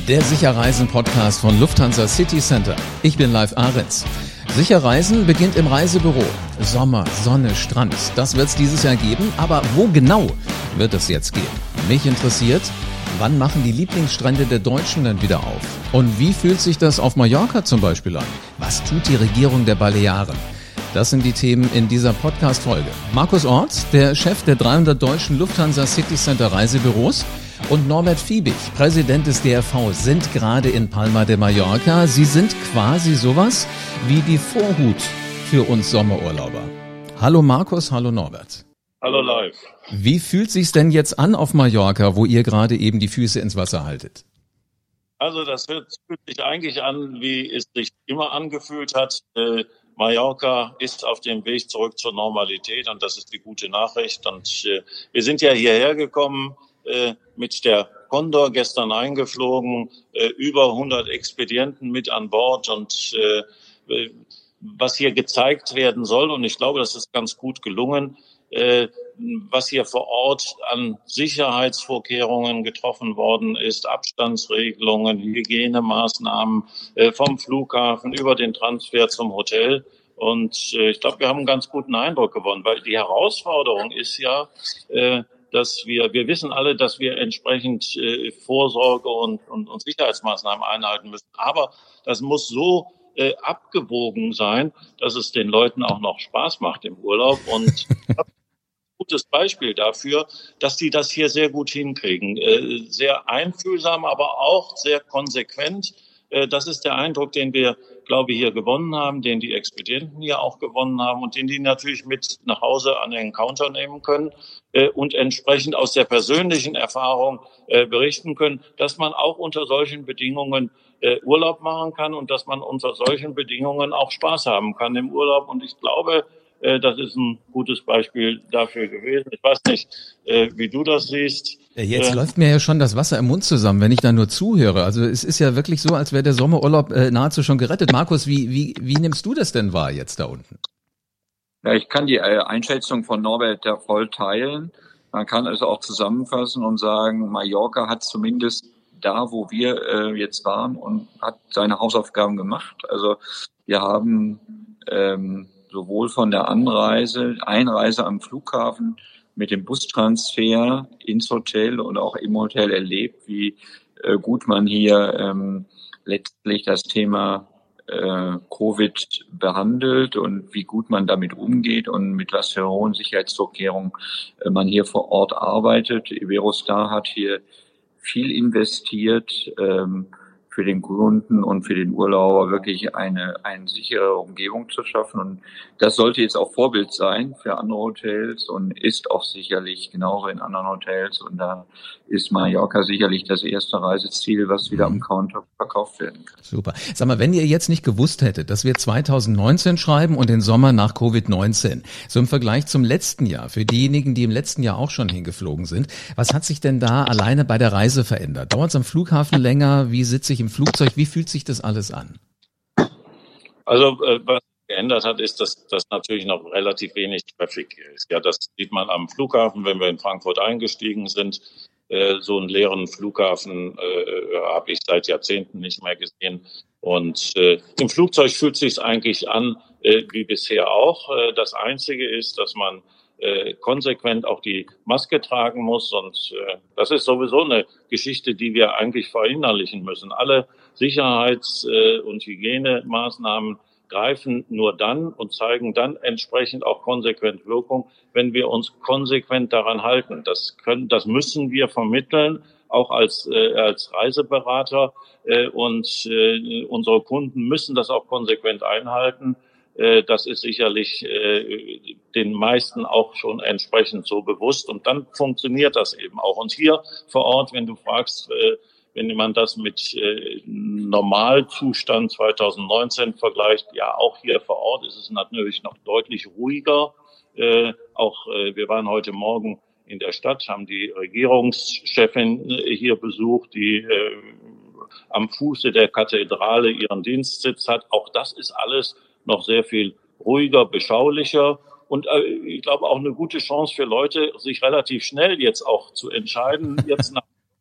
Der Sicherreisen-Podcast von Lufthansa City Center. Ich bin Live Ahrens. Sicherreisen beginnt im Reisebüro. Sommer, Sonne, Strand. Das wird es dieses Jahr geben. Aber wo genau wird es jetzt gehen? Mich interessiert, wann machen die Lieblingsstrände der Deutschen denn wieder auf? Und wie fühlt sich das auf Mallorca zum Beispiel an? Was tut die Regierung der Balearen? Das sind die Themen in dieser Podcast-Folge. Markus Orth, der Chef der 300 deutschen Lufthansa City Center Reisebüros, und Norbert Fiebig, Präsident des DRV, sind gerade in Palma de Mallorca. Sie sind quasi sowas wie die Vorhut für uns Sommerurlauber. Hallo Markus, hallo Norbert. Hallo Live. Wie fühlt sich's denn jetzt an auf Mallorca, wo ihr gerade eben die Füße ins Wasser haltet? Also das fühlt sich eigentlich an, wie es sich immer angefühlt hat. Mallorca ist auf dem Weg zurück zur Normalität und das ist die gute Nachricht. Und wir sind ja hierher gekommen mit der Condor gestern eingeflogen, über 100 Expedienten mit an Bord und was hier gezeigt werden soll, und ich glaube, das ist ganz gut gelungen, was hier vor Ort an Sicherheitsvorkehrungen getroffen worden ist, Abstandsregelungen, Hygienemaßnahmen vom Flughafen über den Transfer zum Hotel. Und ich glaube, wir haben einen ganz guten Eindruck gewonnen, weil die Herausforderung ist ja, dass wir wissen alle, dass wir entsprechend Vorsorge und Sicherheitsmaßnahmen einhalten müssen. Aber das muss so abgewogen sein, dass es den Leuten auch noch Spaß macht im Urlaub. Und ein gutes Beispiel dafür, dass die das hier sehr gut hinkriegen. Sehr einfühlsam, aber auch sehr konsequent. Das ist der Eindruck, den wir, glaube ich, hier gewonnen haben, den die Expedienten hier auch gewonnen haben und den die natürlich mit nach Hause an den Counter nehmen können und entsprechend aus der persönlichen Erfahrung berichten können, dass man auch unter solchen Bedingungen Urlaub machen kann und dass man unter solchen Bedingungen auch Spaß haben kann im Urlaub. Und ich glaube, das ist ein gutes Beispiel dafür gewesen. Ich weiß nicht, wie du das siehst. Jetzt läuft mir ja schon das Wasser im Mund zusammen, wenn ich da nur zuhöre. Also es ist ja wirklich so, als wäre der Sommerurlaub nahezu schon gerettet. Markus, wie nimmst du das denn wahr jetzt da unten? Ja, ich kann die Einschätzung von Norbert da voll teilen. Man kann also auch zusammenfassen und sagen, Mallorca hat zumindest da, wo wir jetzt waren, und hat seine Hausaufgaben gemacht. Also wir haben sowohl von der Einreise am Flughafen mit dem Bustransfer ins Hotel und auch im Hotel erlebt, wie gut man hier letztlich das Thema Covid behandelt und wie gut man damit umgeht und mit was für hohen Sicherheitsvorkehrungen man hier vor Ort arbeitet. Iberostar hat hier viel investiert, für den Kunden und für den Urlauber wirklich eine sichere Umgebung zu schaffen. Und das sollte jetzt auch Vorbild sein für andere Hotels und ist auch sicherlich genauso in anderen Hotels. Und da ist Mallorca sicherlich das erste Reiseziel, was wieder am Counter verkauft werden kann. Super. Sag mal, wenn ihr jetzt nicht gewusst hättet, dass wir 2019 schreiben und den Sommer nach Covid-19, so im Vergleich zum letzten Jahr, für diejenigen, die im letzten Jahr auch schon hingeflogen sind, was hat sich denn da alleine bei der Reise verändert? Dauert es am Flughafen länger? Wie sitze ich im Flugzeug? Wie fühlt sich das alles an? Also was geändert hat, ist, dass natürlich noch relativ wenig Traffic ist. Ja, das sieht man am Flughafen, wenn wir in Frankfurt eingestiegen sind. So einen leeren Flughafen habe ich seit Jahrzehnten nicht mehr gesehen. Und im Flugzeug fühlt sich eigentlich an wie bisher auch. Das Einzige ist, dass man konsequent auch die Maske tragen muss. Und das ist sowieso eine Geschichte, die wir eigentlich verinnerlichen müssen. Alle Sicherheits- und Hygienemaßnahmen greifen nur dann und zeigen dann entsprechend auch konsequent Wirkung, wenn wir uns konsequent daran halten. Das müssen wir vermitteln, auch als Reiseberater. Und unsere Kunden müssen das auch konsequent einhalten. Das ist sicherlich den meisten auch schon entsprechend so bewusst. Und dann funktioniert das eben auch. Und hier vor Ort, wenn du fragst, wenn man das mit Normalzustand 2019 vergleicht, ja, auch hier vor Ort ist es natürlich noch deutlich ruhiger. Wir waren heute Morgen in der Stadt, haben die Regierungschefin hier besucht, die am Fuße der Kathedrale ihren Dienstsitz hat. Auch das ist alles noch sehr viel ruhiger, beschaulicher. Und ich glaube auch eine gute Chance für Leute, sich relativ schnell jetzt auch zu entscheiden, jetzt nach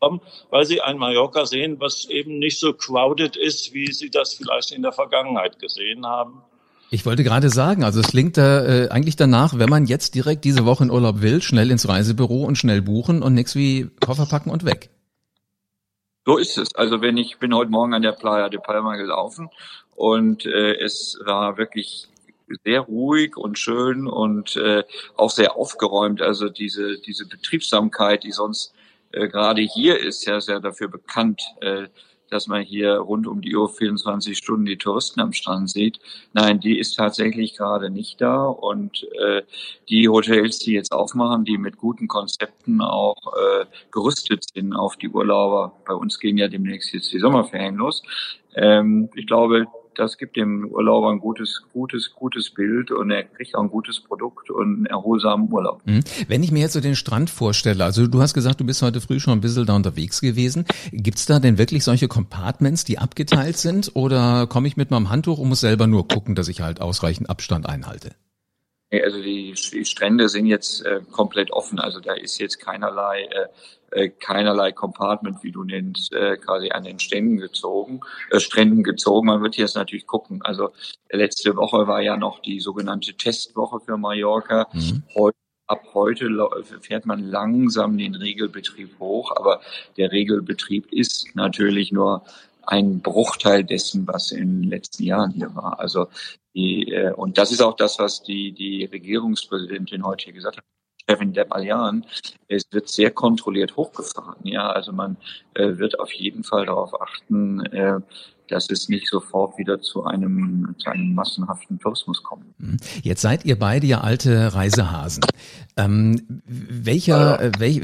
haben, weil sie ein Mallorca sehen, was eben nicht so crowded ist, wie sie das vielleicht in der Vergangenheit gesehen haben. Ich wollte gerade sagen, also es klingt da eigentlich danach, wenn man jetzt direkt diese Woche in Urlaub will, schnell ins Reisebüro und schnell buchen und nix wie Koffer packen und weg. So ist es. Also ich bin heute Morgen an der Playa de Palma gelaufen und es war wirklich sehr ruhig und schön und auch sehr aufgeräumt. Also diese Betriebsamkeit, die sonst gerade hier ist, ja sehr dafür bekannt, dass man hier rund um die Uhr 24 Stunden die Touristen am Strand sieht. Nein, die ist tatsächlich gerade nicht da. Und die Hotels, die jetzt aufmachen, die mit guten Konzepten auch gerüstet sind auf die Urlauber. Bei uns gehen ja demnächst jetzt die Sommerferien los. Ich glaube, das gibt dem Urlauber ein gutes Bild und er kriegt auch ein gutes Produkt und einen erholsamen Urlaub. Wenn ich mir jetzt so den Strand vorstelle, also du hast gesagt, du bist heute früh schon ein bisschen da unterwegs gewesen. Gibt's da denn wirklich solche Compartments, die abgeteilt sind, oder komme ich mit meinem Handtuch und muss selber nur gucken, dass ich halt ausreichend Abstand einhalte? Also die Strände sind jetzt komplett offen, also da ist jetzt keinerlei Compartment, wie du nennst, quasi an den Stränden gezogen. Man wird jetzt natürlich gucken. Also letzte Woche war ja noch die sogenannte Testwoche für Mallorca. Ab heute fährt man langsam den Regelbetrieb hoch, aber der Regelbetrieb ist natürlich nur ein Bruchteil dessen, was in den letzten Jahren hier war. Also und das ist auch das, was die Regierungspräsidentin heute hier gesagt hat. Steffen Depp-Aljan, es wird sehr kontrolliert hochgefahren. Ja, also man wird auf jeden Fall darauf achten, dass es nicht sofort wieder zu einem massenhaften Tourismus kommt. Jetzt seid ihr beide ja alte Reisehasen. Welcher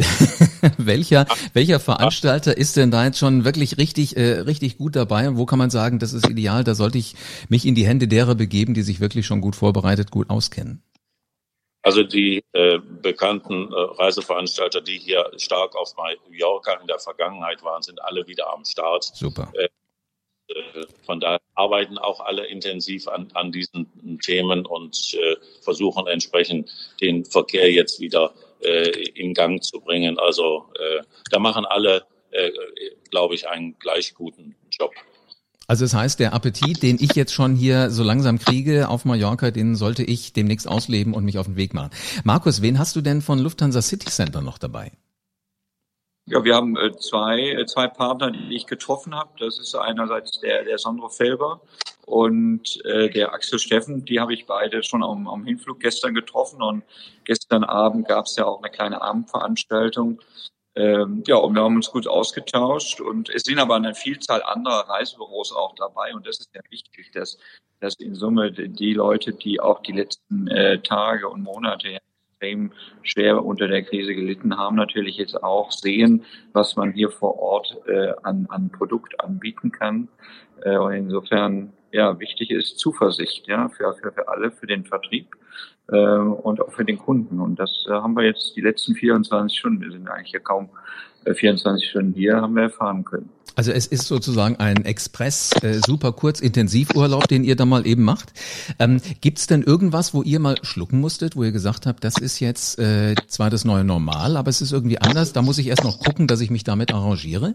Veranstalter ist denn da jetzt schon wirklich richtig gut dabei? Und wo kann man sagen, das ist ideal, da sollte ich mich in die Hände derer begeben, die sich wirklich schon gut vorbereitet, gut auskennen? Also die bekannten Reiseveranstalter, die hier stark auf Mallorca in der Vergangenheit waren, sind alle wieder am Start. Super. Von daher arbeiten auch alle intensiv an diesen Themen und versuchen entsprechend den Verkehr jetzt wieder in Gang zu bringen. Also da machen alle, glaube ich, einen gleich guten Job. Also das heißt, der Appetit, den ich jetzt schon hier so langsam kriege auf Mallorca, den sollte ich demnächst ausleben und mich auf den Weg machen. Markus, wen hast du denn von Lufthansa City Center noch dabei? Ja, wir haben zwei Partner, die ich getroffen habe. Das ist einerseits der Sandro Felber und der Axel Steffen. Die habe ich beide schon am Hinflug gestern getroffen. Und gestern Abend gab es ja auch eine kleine Abendveranstaltung. Und wir haben uns gut ausgetauscht. Und es sind aber eine Vielzahl anderer Reisebüros auch dabei. Und das ist ja wichtig, dass in Summe die Leute, die auch die letzten Tage und Monate extrem schwer unter der Krise gelitten haben, natürlich jetzt auch sehen, was man hier vor Ort an Produkt anbieten kann. Und insofern, ja, wichtig ist Zuversicht, ja, für alle, für den Vertrieb und auch für den Kunden. Und das haben wir jetzt die letzten 24 Stunden, wir sind eigentlich ja kaum 24 Stunden hier, haben wir erfahren können. Also es ist sozusagen ein Express, super kurz Intensivurlaub, den ihr da mal eben macht. Gibt's denn irgendwas, wo ihr mal schlucken musstet, wo ihr gesagt habt, das ist jetzt zwar das neue Normal, aber es ist irgendwie anders, da muss ich erst noch gucken, dass ich mich damit arrangiere?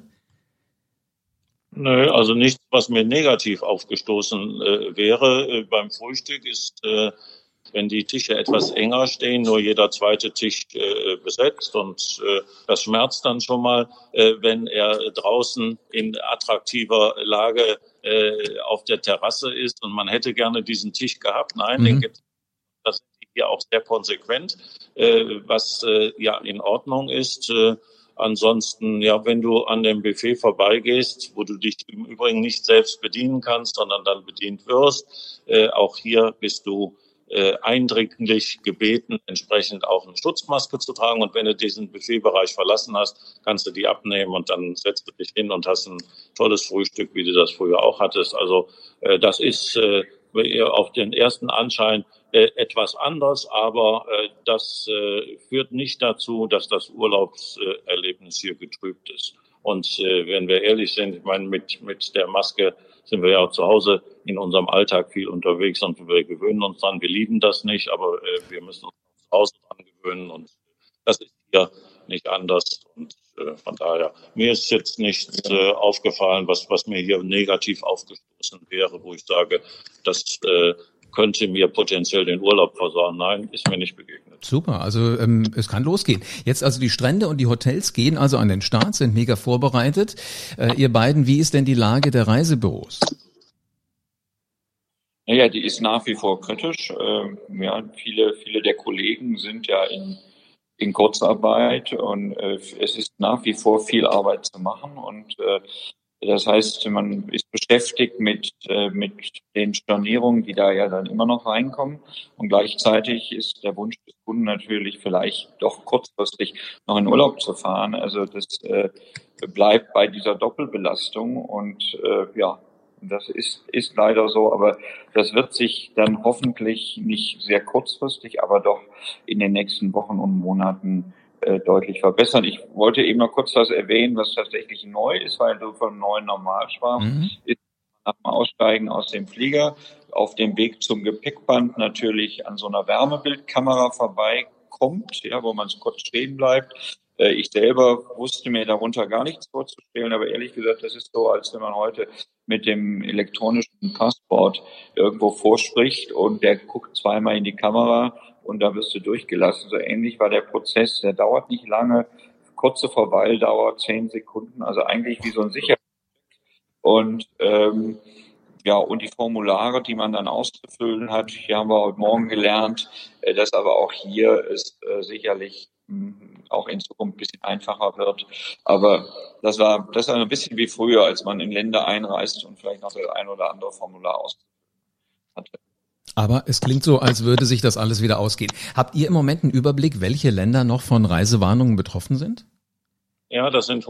Nö, also nichts, was mir negativ aufgestoßen wäre. Beim Frühstück ist, wenn die Tische etwas enger stehen, nur jeder zweite Tisch besetzt und das schmerzt dann schon mal, wenn er draußen in attraktiver Lage auf der Terrasse ist und man hätte gerne diesen Tisch gehabt. Nein, den gibt es. Das ist hier auch sehr konsequent, was ja in Ordnung ist. Ansonsten, ja, wenn du an dem Buffet vorbeigehst, wo du dich im Übrigen nicht selbst bedienen kannst, sondern dann bedient wirst, auch hier bist du eindringlich gebeten, entsprechend auch eine Schutzmaske zu tragen. Und wenn du diesen Buffetbereich verlassen hast, kannst du die abnehmen und dann setzt du dich hin und hast ein tolles Frühstück, wie du das früher auch hattest. Also das ist auf den ersten Anschein etwas anders, aber das führt nicht dazu, dass das Urlaubserlebnis hier getrübt ist. Und wenn wir ehrlich sind, ich meine, mit der Maske sind wir ja auch zu Hause in unserem Alltag viel unterwegs und wir gewöhnen uns dran. Wir lieben das nicht, aber wir müssen uns zu Hause dran gewöhnen und das ist hier nicht anders. Und Von daher, mir ist jetzt nichts aufgefallen, was mir hier negativ aufgestoßen wäre, wo ich sage, das könnte mir potenziell den Urlaub versauen. Nein, ist mir nicht begegnet. Super, also es kann losgehen. Jetzt also die Strände und die Hotels gehen also an den Start, sind mega vorbereitet. Ihr beiden, wie ist denn die Lage der Reisebüros? Naja, die ist nach wie vor kritisch. Viele der Kollegen sind ja in Kurzarbeit und es ist nach wie vor viel Arbeit zu machen und das heißt, man ist beschäftigt mit den Stornierungen, die da ja dann immer noch reinkommen. Und gleichzeitig ist der Wunsch des Kunden natürlich vielleicht doch kurzfristig noch in Urlaub zu fahren. Also das bleibt bei dieser Doppelbelastung und das ist leider so. Aber das wird sich dann hoffentlich nicht sehr kurzfristig, aber doch in den nächsten Wochen und Monaten deutlich verbessern. Ich wollte eben noch kurz das erwähnen, was tatsächlich neu ist, weil du von neuen Normalschwarm ist nach dem Aussteigen aus dem Flieger auf dem Weg zum Gepäckband natürlich an so einer Wärmebildkamera vorbeikommt, wo man kurz stehen bleibt. Ich selber wusste mir darunter gar nichts vorzustellen, aber ehrlich gesagt, das ist so, als wenn man heute mit dem elektronischen Passport irgendwo vorspricht und der guckt zweimal in die Kamera und da wirst du durchgelassen. So ähnlich war der Prozess, der dauert nicht lange, kurze Verweildauer, 10 Sekunden, also eigentlich wie so ein Sicherheitscheck. Und und die Formulare, die man dann auszufüllen hat, hier haben wir heute Morgen gelernt, dass aber auch hier es sicherlich auch in Zukunft ein bisschen einfacher wird. Aber das war ein bisschen wie früher, als man in Länder einreist und vielleicht noch das ein oder andere Formular auszufüllen hatte. Aber es klingt so, als würde sich das alles wieder ausgehen. Habt ihr im Moment einen Überblick, welche Länder noch von Reisewarnungen betroffen sind? Ja, das sind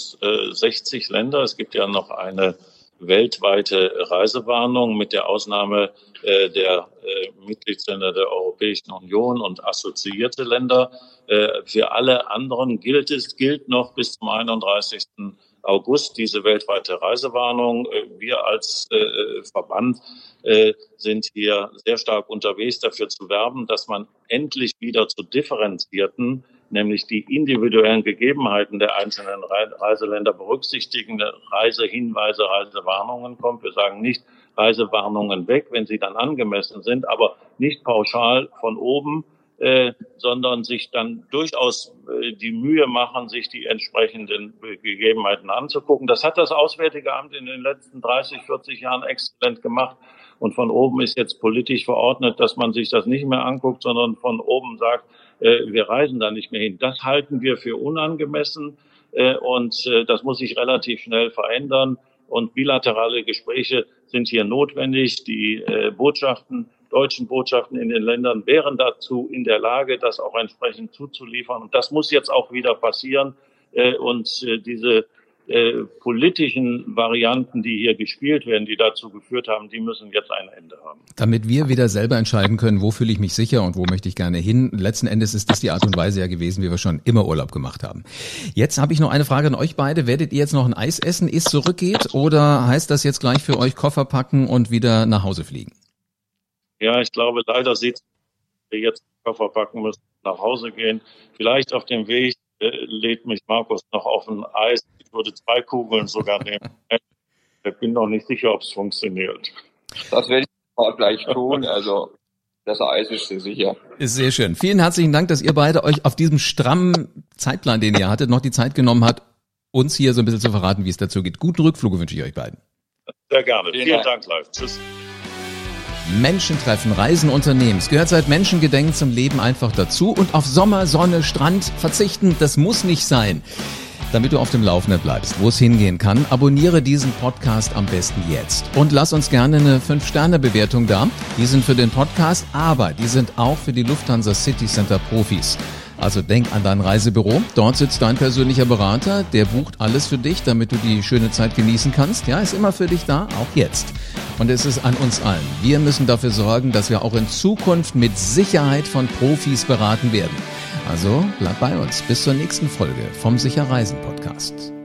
160 Länder. Es gibt ja noch eine weltweite Reisewarnung mit der Ausnahme der Mitgliedsländer der Europäischen Union und assoziierte Länder. Für alle anderen gilt noch bis zum 31. August diese weltweite Reisewarnung. Wir als Verband sind hier sehr stark unterwegs, dafür zu werben, dass man endlich wieder zu differenzierten, nämlich die individuellen Gegebenheiten der einzelnen Reiseländer berücksichtigende Reisehinweise, Reisewarnungen kommt. Wir sagen nicht Reisewarnungen weg, wenn sie dann angemessen sind, aber nicht pauschal von oben, sondern sich dann durchaus die Mühe machen, sich die entsprechenden Gegebenheiten anzugucken. Das hat das Auswärtige Amt in den letzten 30, 40 Jahren exzellent gemacht. Und von oben ist jetzt politisch verordnet, dass man sich das nicht mehr anguckt, sondern von oben sagt, wir reisen da nicht mehr hin. Das halten wir für unangemessen und das muss sich relativ schnell verändern. Und bilaterale Gespräche sind hier notwendig. Die deutschen Botschaften in den Ländern wären dazu in der Lage, das auch entsprechend zuzuliefern. Und das muss jetzt auch wieder passieren. Und diese politischen Varianten, die hier gespielt werden, die dazu geführt haben, die müssen jetzt ein Ende haben. Damit wir wieder selber entscheiden können, wo fühle ich mich sicher und wo möchte ich gerne hin. Letzten Endes ist das die Art und Weise ja gewesen, wie wir schon immer Urlaub gemacht haben. Jetzt habe ich noch eine Frage an euch beide. Werdet ihr jetzt noch ein Eis essen, ehe es zurückgeht? Oder heißt das jetzt gleich für euch Koffer packen und wieder nach Hause fliegen? Ja, ich glaube, leider sieht es, dass wir jetzt Koffer packen müssen, nach Hause gehen. Vielleicht auf dem Weg lädt mich Markus noch auf ein Eis. Ich würde 2 Kugeln sogar nehmen. Ich bin noch nicht sicher, ob es funktioniert. Das werde ich auch gleich tun. Also das Eis ist sehr sicher. Ist sehr schön. Vielen herzlichen Dank, dass ihr beide euch auf diesem strammen Zeitplan, den ihr hattet, noch die Zeit genommen habt, uns hier so ein bisschen zu verraten, wie es dazu geht. Guten Rückflug wünsche ich euch beiden. Sehr gerne. Vielen Dank, live. Tschüss. Menschen treffen, Reisen, Unternehmen. Es gehört seit Menschengedenken zum Leben einfach dazu. Und auf Sommer, Sonne, Strand verzichten, das muss nicht sein. Damit du auf dem Laufenden bleibst, wo es hingehen kann, abonniere diesen Podcast am besten jetzt. Und lass uns gerne eine 5-Sterne-Bewertung da. Die sind für den Podcast, aber die sind auch für die Lufthansa City Center Profis. Also denk an dein Reisebüro. Dort sitzt dein persönlicher Berater, der bucht alles für dich, damit du die schöne Zeit genießen kannst. Ja, ist immer für dich da, auch jetzt. Und es ist an uns allen. Wir müssen dafür sorgen, dass wir auch in Zukunft mit Sicherheit von Profis beraten werden. Also bleib bei uns bis zur nächsten Folge vom Sicher Reisen Podcast.